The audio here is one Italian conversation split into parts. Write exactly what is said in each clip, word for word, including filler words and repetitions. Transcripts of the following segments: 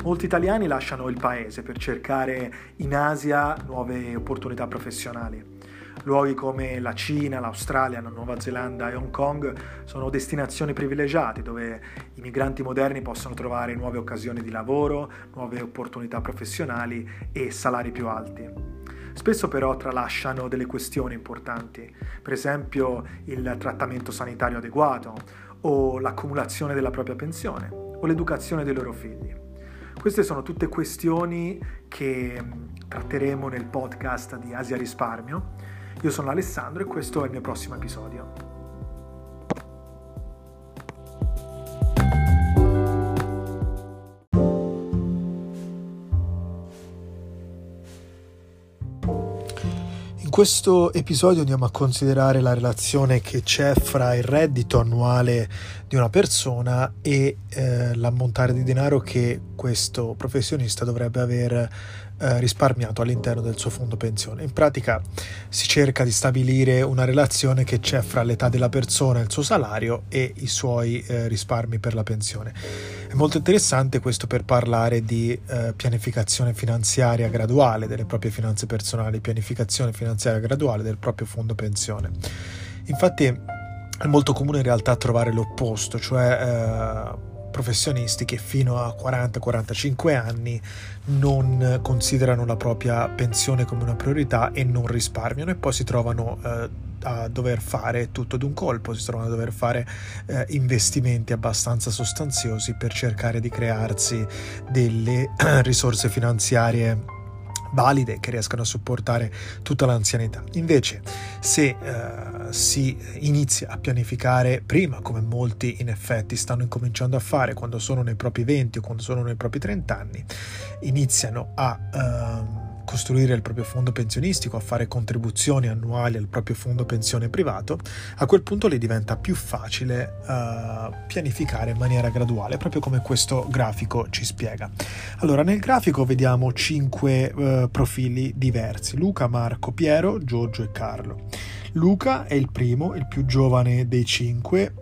Molti italiani lasciano il paese per cercare in Asia nuove opportunità professionali. Luoghi come la Cina, l'Australia, la Nuova Zelanda e Hong Kong sono destinazioni privilegiate dove i migranti moderni possono trovare nuove occasioni di lavoro, nuove opportunità professionali e salari più alti. Spesso però tralasciano delle questioni importanti, per esempio il trattamento sanitario adeguato o l'accumulazione della propria pensione o l'educazione dei loro figli. Queste sono tutte questioni che tratteremo nel podcast di Asia Risparmio. Io sono Alessandro e questo è il mio prossimo episodio. In questo episodio andiamo a considerare la relazione che c'è fra il reddito annuale di una persona e eh, l'ammontare di denaro che questo professionista dovrebbe aver eh, risparmiato all'interno del suo fondo pensione. In pratica si cerca di stabilire una relazione che c'è fra l'età della persona, il suo salario e i suoi eh, risparmi per la pensione. È molto interessante questo per parlare di eh, pianificazione finanziaria graduale delle proprie finanze personali, pianificazione finanziaria graduale del proprio fondo pensione. Infatti è molto comune in realtà trovare l'opposto, cioè eh, professionisti che fino a quaranta quarantacinque anni non considerano la propria pensione come una priorità e non risparmiano e poi si trovano eh, a dover fare tutto d'un colpo, si trovano a dover fare eh, investimenti abbastanza sostanziosi per cercare di crearsi delle risorse finanziarie valide che riescano a supportare tutta l'anzianità. Invece se uh, si inizia a pianificare prima, come molti in effetti stanno incominciando a fare quando sono nei propri venti o quando sono nei propri trenta anni, iniziano a uh, costruire il proprio fondo pensionistico, a fare contribuzioni annuali al proprio fondo pensione privato, a quel punto lì diventa più facile uh, pianificare in maniera graduale, proprio come questo grafico ci spiega. Allora, nel grafico vediamo cinque uh, profili diversi: Luca, Marco, Piero, Giorgio e Carlo. Luca è il primo, il più giovane dei cinque,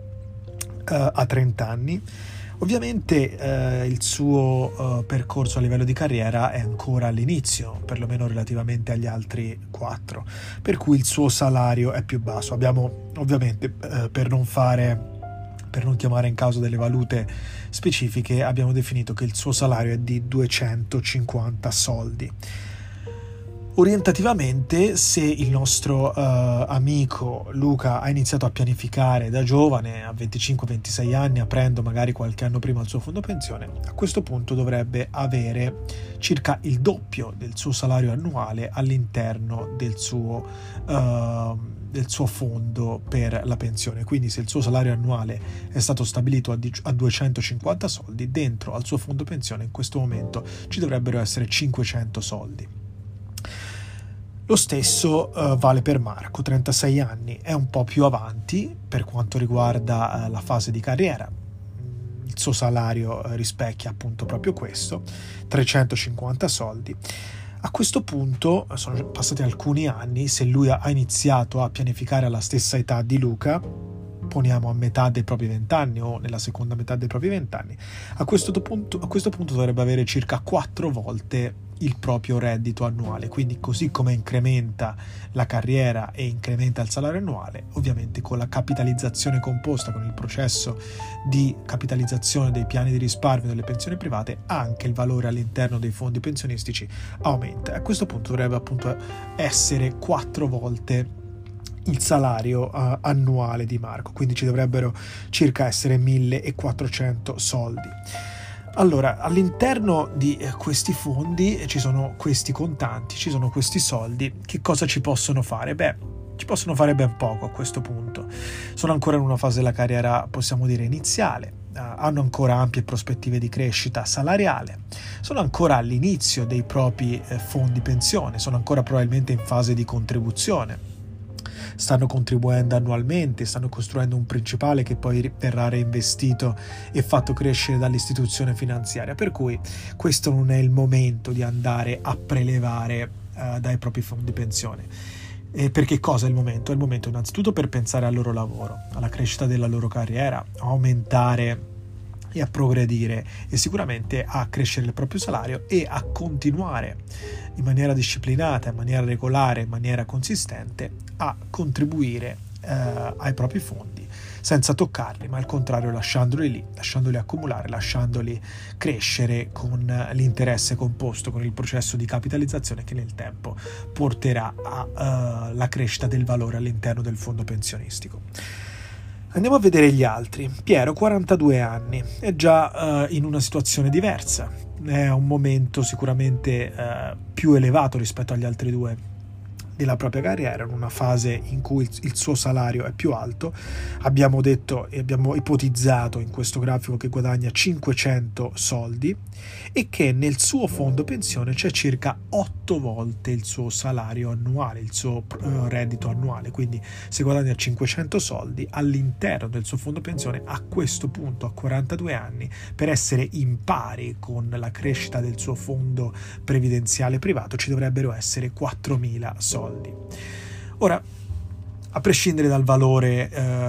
uh, ha trenta anni. Ovviamente eh, il suo eh, percorso a livello di carriera è ancora all'inizio, perlomeno relativamente agli altri quattro, per cui il suo salario è più basso. Abbiamo ovviamente, eh, per non fare, per non chiamare in causa delle valute specifiche, abbiamo definito che il suo salario è di duecentocinquanta soldi. Orientativamente, se il nostro uh, amico Luca ha iniziato a pianificare da giovane, a venticinque ventisei anni, aprendo magari qualche anno prima il suo fondo pensione, a questo punto dovrebbe avere circa il doppio del suo salario annuale all'interno del suo, uh, del suo fondo per la pensione. Quindi se il suo salario annuale è stato stabilito a, di- a duecentocinquanta soldi, dentro al suo fondo pensione in questo momento ci dovrebbero essere cinquecento soldi. Lo stesso uh, vale per Marco, trentasei anni, è un po' più avanti per quanto riguarda uh, la fase di carriera. Il suo salario uh, rispecchia appunto proprio questo, trecentocinquanta soldi. A questo punto sono passati alcuni anni, se lui ha iniziato a pianificare alla stessa età di Luca, poniamo a metà dei propri vent'anni o nella seconda metà dei propri vent'anni, a questo punto, a questo punto dovrebbe avere circa quattro volte il proprio reddito annuale. Quindi, così come incrementa la carriera e incrementa il salario annuale, ovviamente con la capitalizzazione composta, con il processo di capitalizzazione dei piani di risparmio delle pensioni private, anche il valore all'interno dei fondi pensionistici aumenta. A questo punto dovrebbe appunto essere quattro volte il salario uh, annuale di Marco, quindi ci dovrebbero circa essere millequattrocento soldi. Allora, all'interno di questi fondi ci sono questi contanti, ci sono questi soldi. Che cosa ci possono fare? Beh, ci possono fare ben poco a questo punto. Sono ancora in una fase della carriera, possiamo dire, iniziale. Uh, hanno ancora ampie prospettive di crescita salariale. Sono ancora all'inizio dei propri eh, fondi pensione, sono ancora probabilmente in fase di contribuzione. Stanno contribuendo annualmente, stanno costruendo un principale che poi verrà reinvestito e fatto crescere dall'istituzione finanziaria, per cui questo non è il momento di andare a prelevare uh, dai propri fondi pensione. E per che cosa è il momento? È il momento innanzitutto per pensare al loro lavoro, alla crescita della loro carriera, a aumentare e a progredire e sicuramente a crescere il proprio salario e a continuare in maniera disciplinata, in maniera regolare, in maniera consistente a contribuire eh, ai propri fondi senza toccarli, ma al contrario lasciandoli lì, lasciandoli accumulare, lasciandoli crescere con l'interesse composto, con il processo di capitalizzazione che nel tempo porterà alla uh, crescita del valore all'interno del fondo pensionistico. Andiamo a vedere gli altri. Piero, quarantadue anni, è già uh, in una situazione diversa, è un momento sicuramente uh, più elevato rispetto agli altri due della propria carriera, in una fase in cui il, il suo salario è più alto. Abbiamo detto e abbiamo ipotizzato in questo grafico che guadagna cinquecento soldi e che nel suo fondo pensione c'è circa otto volte il suo salario annuale, il suo uh, reddito annuale. Quindi se guadagna cinquecento soldi all'interno del suo fondo pensione, a questo punto, a quarantadue anni, per essere in pari con la crescita del suo fondo previdenziale privato, ci dovrebbero essere quattromila soldi. Ora, a prescindere dal valore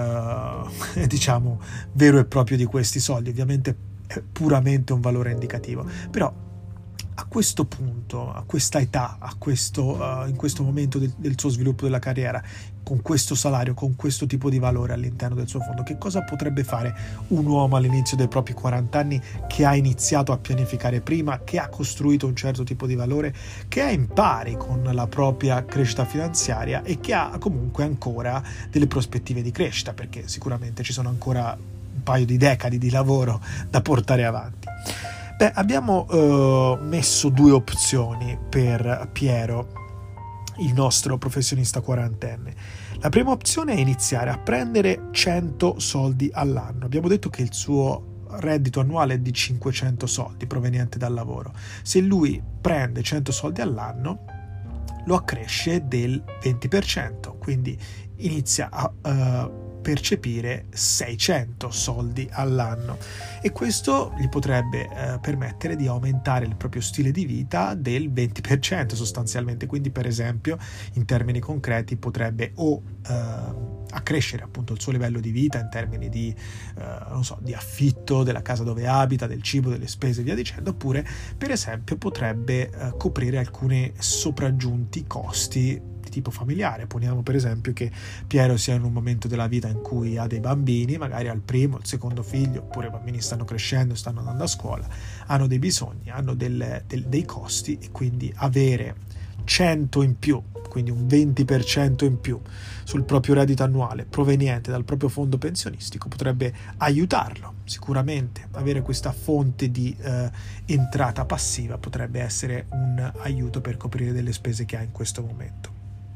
eh, diciamo vero e proprio di questi soldi, ovviamente è puramente un valore indicativo, però a questo punto, a questa età, a questo, uh, in questo momento del, del suo sviluppo della carriera, con questo salario, con questo tipo di valore all'interno del suo fondo, che cosa potrebbe fare un uomo all'inizio dei propri quaranta anni che ha iniziato a pianificare prima, che ha costruito un certo tipo di valore, che è in pari con la propria crescita finanziaria e che ha comunque ancora delle prospettive di crescita, perché sicuramente ci sono ancora un paio di decadi di lavoro da portare avanti. Beh, abbiamo uh, messo due opzioni per Piero, il nostro professionista quarantenne. La prima opzione è iniziare a prendere cento soldi all'anno. Abbiamo detto che il suo reddito annuale è di cinquecento soldi proveniente dal lavoro. Se lui prende cento soldi all'anno, lo accresce del venti per cento, quindi inizia a uh, percepire seicento soldi all'anno e questo gli potrebbe eh, permettere di aumentare il proprio stile di vita del venti per cento sostanzialmente. Quindi, per esempio, in termini concreti potrebbe o eh, accrescere appunto il suo livello di vita in termini di eh, non so, di affitto della casa dove abita, del cibo, delle spese e via dicendo, oppure per esempio potrebbe eh, coprire alcuni sopraggiunti costi tipo familiare. Poniamo per esempio che Piero sia in un momento della vita in cui ha dei bambini, magari al primo, il secondo figlio, oppure i bambini stanno crescendo, stanno andando a scuola, hanno dei bisogni, hanno del, del, dei costi, e quindi avere cento in più, quindi un venti per cento in più sul proprio reddito annuale proveniente dal proprio fondo pensionistico potrebbe aiutarlo. Sicuramente avere questa fonte di eh, entrata passiva potrebbe essere un aiuto per coprire delle spese che ha in questo momento.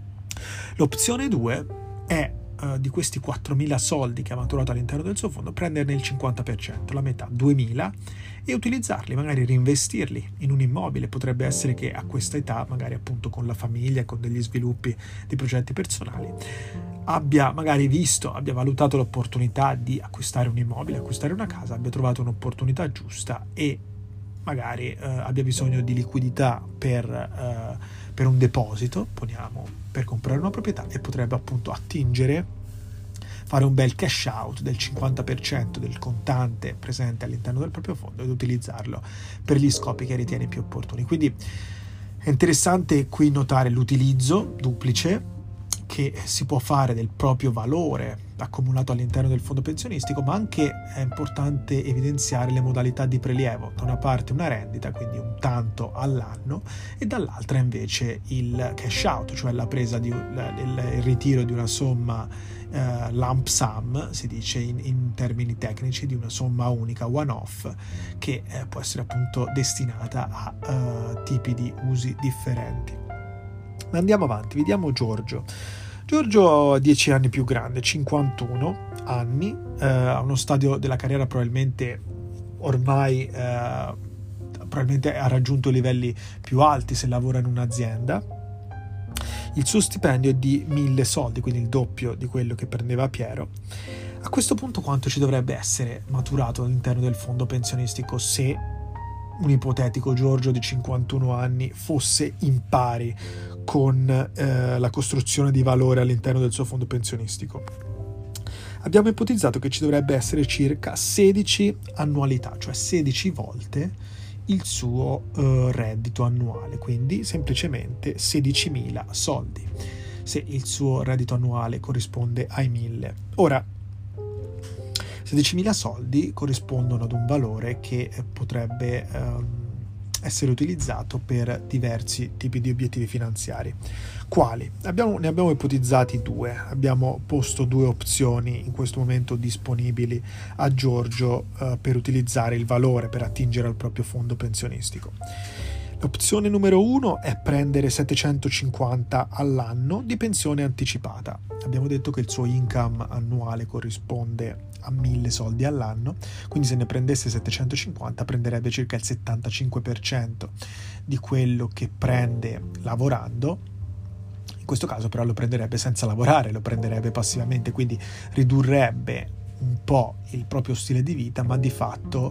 L'opzione due è uh, di questi quattromila soldi che ha maturato all'interno del suo fondo, prenderne il cinquanta per cento, la metà, duemila, e utilizzarli, magari reinvestirli in un immobile. Potrebbe essere che a questa età, magari appunto con la famiglia, con degli sviluppi di progetti personali, abbia magari visto, abbia valutato l'opportunità di acquistare un immobile, acquistare una casa, abbia trovato un'opportunità giusta e magari uh, abbia bisogno di liquidità per, uh, per un deposito, poniamo, per comprare una proprietà, e potrebbe appunto attingere, fare un bel cash out del cinquanta per cento del contante presente all'interno del proprio fondo ed utilizzarlo per gli scopi che ritiene più opportuni. Quindi è interessante qui notare l'utilizzo duplice che si può fare del proprio valore accumulato all'interno del fondo pensionistico, ma anche è importante evidenziare le modalità di prelievo. Da una parte una rendita, quindi un tanto all'anno, e dall'altra invece il cash out, cioè la presa di un, il, il ritiro di una somma eh, lump sum, si dice in, in termini tecnici, di una somma unica one off che eh, può essere appunto destinata a uh, tipi di usi differenti. Ma andiamo avanti, vediamo Giorgio. Giorgio ha dieci anni più grande, cinquantuno anni, eh, a uno stadio della carriera probabilmente ormai eh, probabilmente ha raggiunto livelli più alti se lavora in un'azienda. Il suo stipendio è di mille soldi, quindi il doppio di quello che prendeva Piero. A questo punto quanto ci dovrebbe essere maturato all'interno del fondo pensionistico se un ipotetico Giorgio di cinquantuno anni fosse in pari con eh, la costruzione di valore all'interno del suo fondo pensionistico? abbiamo ipotizzato che ci dovrebbe essere circa sedici annualità, cioè sedici volte il suo uh, reddito annuale, quindi semplicemente sedicimila soldi, se il suo reddito annuale corrisponde ai mille. Ora, sedicimila soldi corrispondono ad un valore che potrebbe um, essere utilizzato per diversi tipi di obiettivi finanziari. Quali? Abbiamo, ne abbiamo ipotizzati due, abbiamo posto due opzioni in questo momento disponibili a Giorgio eh, per utilizzare il valore per attingere al proprio fondo pensionistico. L'opzione numero uno è prendere settecentocinquanta all'anno di pensione anticipata. Abbiamo detto che il suo income annuale corrisponde a mille soldi all'anno, quindi se ne prendesse settecentocinquanta prenderebbe circa il settantacinque per cento di quello che prende lavorando. In questo caso però lo prenderebbe senza lavorare, lo prenderebbe passivamente, quindi ridurrebbe un po' il proprio stile di vita, ma di fatto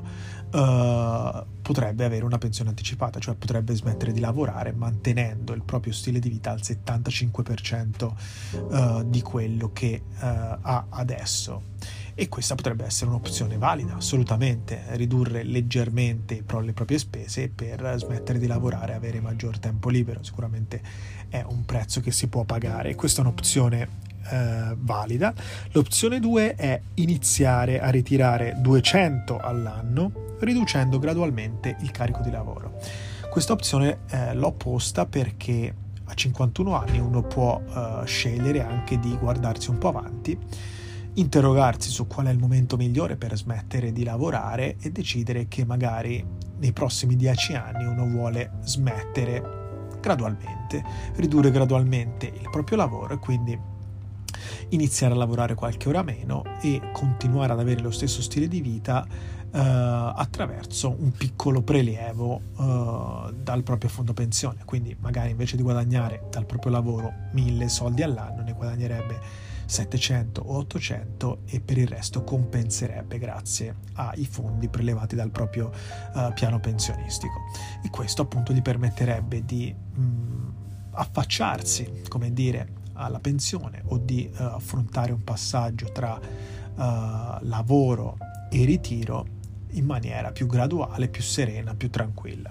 uh, potrebbe avere una pensione anticipata, cioè potrebbe smettere di lavorare mantenendo il proprio stile di vita al settantacinque per cento uh, di quello che uh, ha adesso. E questa potrebbe essere un'opzione valida, assolutamente, ridurre leggermente le proprie spese per smettere di lavorare e avere maggior tempo libero. Sicuramente è un prezzo che si può pagare. Questa è un'opzione eh, valida. L'opzione due è iniziare a ritirare duecento all'anno, riducendo gradualmente il carico di lavoro. Questa opzione eh, l'ho posta perché a cinquantuno anni uno può eh, scegliere anche di guardarsi un po' avanti, interrogarsi su qual è il momento migliore per smettere di lavorare e decidere che magari nei prossimi dieci anni uno vuole smettere gradualmente, ridurre gradualmente il proprio lavoro e quindi iniziare a lavorare qualche ora meno e continuare ad avere lo stesso stile di vita eh, attraverso un piccolo prelievo eh, dal proprio fondo pensione. Quindi magari invece di guadagnare dal proprio lavoro mille soldi all'anno ne guadagnerebbe settecento o ottocento e per il resto compenserebbe grazie ai fondi prelevati dal proprio uh, piano pensionistico, e questo appunto gli permetterebbe di mh, affacciarsi, come dire, alla pensione o di uh, affrontare un passaggio tra uh, lavoro e ritiro in maniera più graduale, più serena, più tranquilla.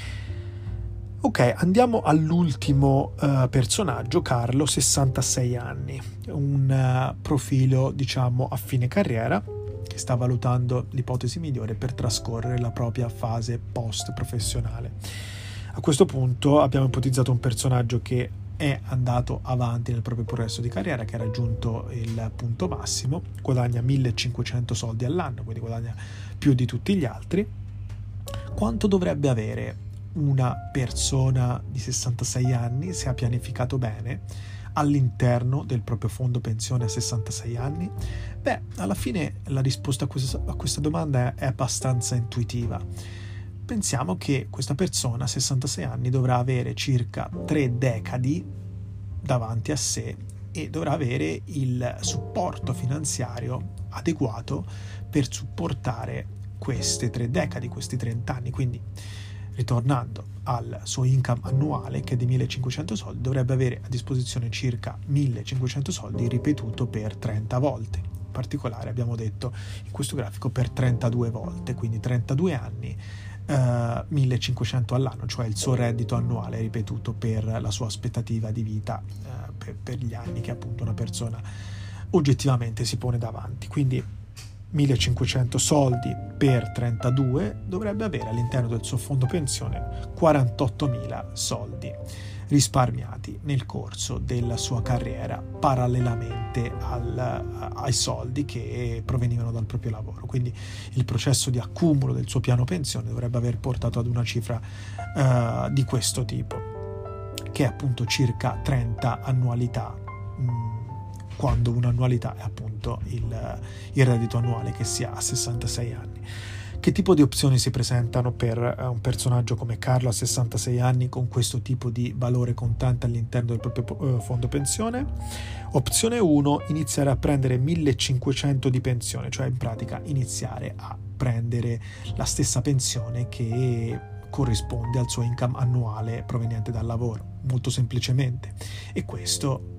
Ok, andiamo all'ultimo uh, personaggio, Carlo, sessantasei anni, un uh, profilo diciamo a fine carriera che sta valutando l'ipotesi migliore per trascorrere la propria fase post professionale. A questo punto abbiamo ipotizzato un personaggio che è andato avanti nel proprio progresso di carriera, che ha raggiunto il punto massimo, guadagna millecinquecento soldi all'anno, quindi guadagna più di tutti gli altri. Quanto dovrebbe avere una persona di sessantasei anni se ha pianificato bene all'interno del proprio fondo pensione a sessantasei anni? Beh, alla fine la risposta a questa, a questa domanda è abbastanza intuitiva. Pensiamo che questa persona a sessantasei anni dovrà avere circa tre decadi davanti a sé e dovrà avere il supporto finanziario adeguato per supportare queste tre decadi, questi trenta anni. Quindi, ritornando al suo income annuale, che è di millecinquecento soldi, dovrebbe avere a disposizione circa millecinquecento soldi ripetuto per trenta volte. In particolare abbiamo detto in questo grafico per trentadue volte, quindi trentadue anni, eh, millecinquecento all'anno, cioè il suo reddito annuale ripetuto per la sua aspettativa di vita, eh, per, per gli anni che appunto una persona oggettivamente si pone davanti. Quindi millecinquecento soldi per trentadue dovrebbe avere all'interno del suo fondo pensione quarantottomila soldi risparmiati nel corso della sua carriera, parallelamente al, ai soldi che provenivano dal proprio lavoro. Quindi il processo di accumulo del suo piano pensione dovrebbe aver portato ad una cifra uh, di questo tipo, che è appunto circa trenta annualità, mh, quando un'annualità è appunto il, il reddito annuale che si ha a sessantasei anni. Che tipo di opzioni si presentano per un personaggio come Carlo a sessantasei anni con questo tipo di valore contante all'interno del proprio fondo pensione? Opzione uno, iniziare a prendere millecinquecento di pensione, cioè in pratica iniziare a prendere la stessa pensione che corrisponde al suo income annuale proveniente dal lavoro, molto semplicemente, e questo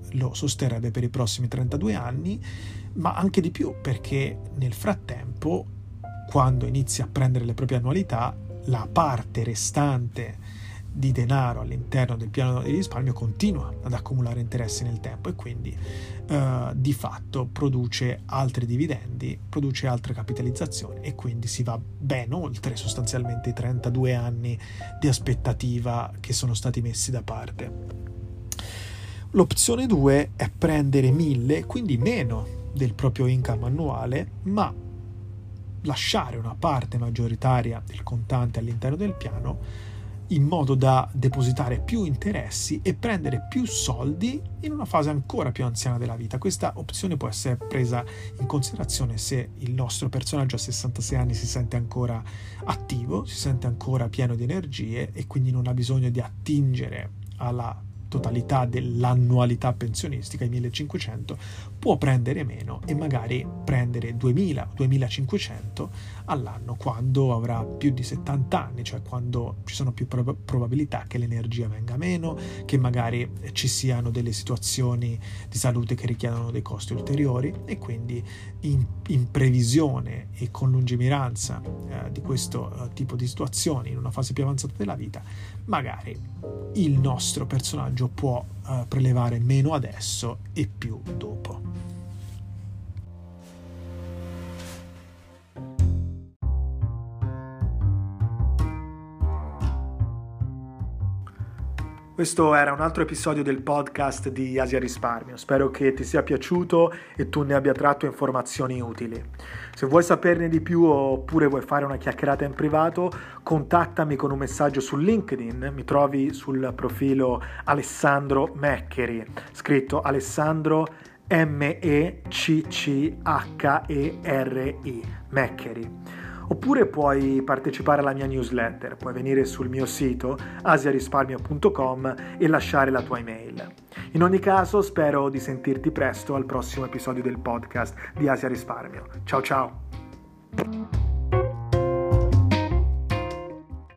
lo sosterrebbe per i prossimi trentadue anni, ma anche di più, perché nel frattempo, quando inizi a prendere le proprie annualità, la parte restante di denaro all'interno del piano di risparmio continua ad accumulare interessi nel tempo e quindi eh, di fatto produce altri dividendi, produce altre capitalizzazioni e quindi si va ben oltre sostanzialmente i trentadue anni di aspettativa che sono stati messi da parte. L'opzione due è prendere mille, quindi meno del proprio income annuale, ma lasciare una parte maggioritaria del contante all'interno del piano in modo da depositare più interessi e prendere più soldi in una fase ancora più anziana della vita. Questa opzione può essere presa in considerazione se il nostro personaggio a sessantasei anni si sente ancora attivo, si sente ancora pieno di energie e quindi non ha bisogno di attingere alla totalità dell'annualità pensionistica, i millecinquecento, può prendere meno e magari prendere duemila o duemilacinquecento all'anno quando avrà più di settanta anni, cioè quando ci sono più prob- probabilità che l'energia venga meno, che magari ci siano delle situazioni di salute che richiedono dei costi ulteriori e quindi in, in previsione e con lungimiranza eh, di questo eh, tipo di situazioni in una fase più avanzata della vita, magari il nostro personaggio può uh, prelevare meno adesso e più dopo. Questo era un altro episodio del podcast di Asia Risparmio. Spero che ti sia piaciuto e tu ne abbia tratto informazioni utili. Se vuoi saperne di più oppure vuoi fare una chiacchierata in privato, contattami con un messaggio su LinkedIn. Mi trovi sul profilo Alessandro Meccheri, scritto Alessandro M E C C H E R I, Meccheri. Oppure puoi partecipare alla mia newsletter, puoi venire sul mio sito asiarisparmio punto com e lasciare la tua email. In ogni caso spero di sentirti presto al prossimo episodio del podcast di Asia Risparmio. Ciao ciao!